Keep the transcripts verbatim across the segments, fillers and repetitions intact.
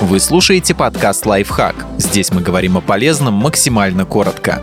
Вы слушаете подкаст «Лайфхак». Здесь мы говорим о полезном максимально коротко.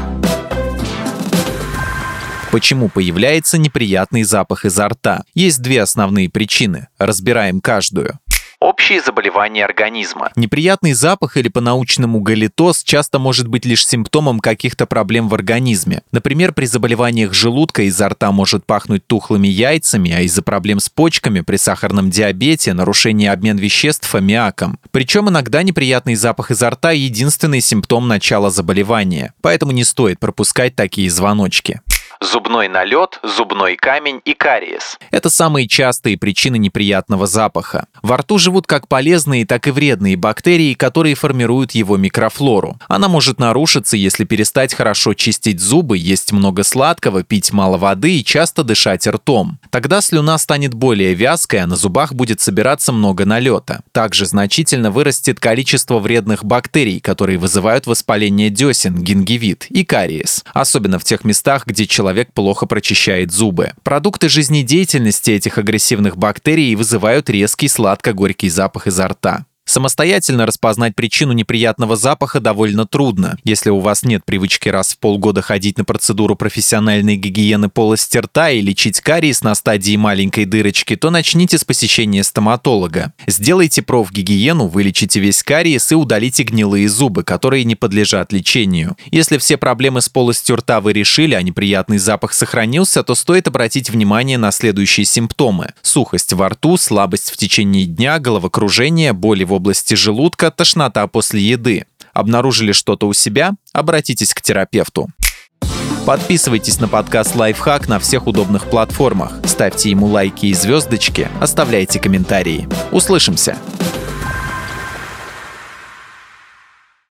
Почему появляется неприятный запах изо рта? Есть две основные причины. Разбираем каждую. Общие заболевания организма. Неприятный запах или по-научному галитоз часто может быть лишь симптомом каких-то проблем в организме. Например, при заболеваниях желудка изо рта может пахнуть тухлыми яйцами, а из-за проблем с почками при сахарном диабете нарушение обмен веществ аммиаком. Причем иногда неприятный запах изо рта – единственный симптом начала заболевания, поэтому не стоит пропускать такие звоночки. Зубной налет, зубной камень и кариес. Это самые частые причины неприятного запаха. Во рту живут как полезные, так и вредные бактерии, которые формируют его микрофлору. Она может нарушиться, если перестать хорошо чистить зубы, есть много сладкого, пить мало воды и часто дышать ртом. Тогда слюна станет более вязкой, а на зубах будет собираться много налета. Также значительно вырастет количество вредных бактерий, которые вызывают воспаление десен, гингивит и кариес. Особенно в тех местах, где человек Человек плохо прочищает зубы. Продукты жизнедеятельности этих агрессивных бактерий вызывают резкий сладко-горький запах изо рта. Самостоятельно распознать причину неприятного запаха довольно трудно. Если у вас нет привычки раз в полгода ходить на процедуру профессиональной гигиены полости рта и лечить кариес на стадии маленькой дырочки, то начните с посещения стоматолога. Сделайте профгигиену, вылечите весь кариес и удалите гнилые зубы, которые не подлежат лечению. Если все проблемы с полостью рта вы решили, а неприятный запах сохранился, то стоит обратить внимание на следующие симптомы: сухость во рту, слабость в течение дня, головокружение, боли в области желудка, тошнота после еды. Обнаружили что-то у себя? Обратитесь к терапевту. Подписывайтесь на подкаст «Лайфхак» на всех удобных платформах. Ставьте ему лайки и звездочки, оставляйте комментарии. Услышимся!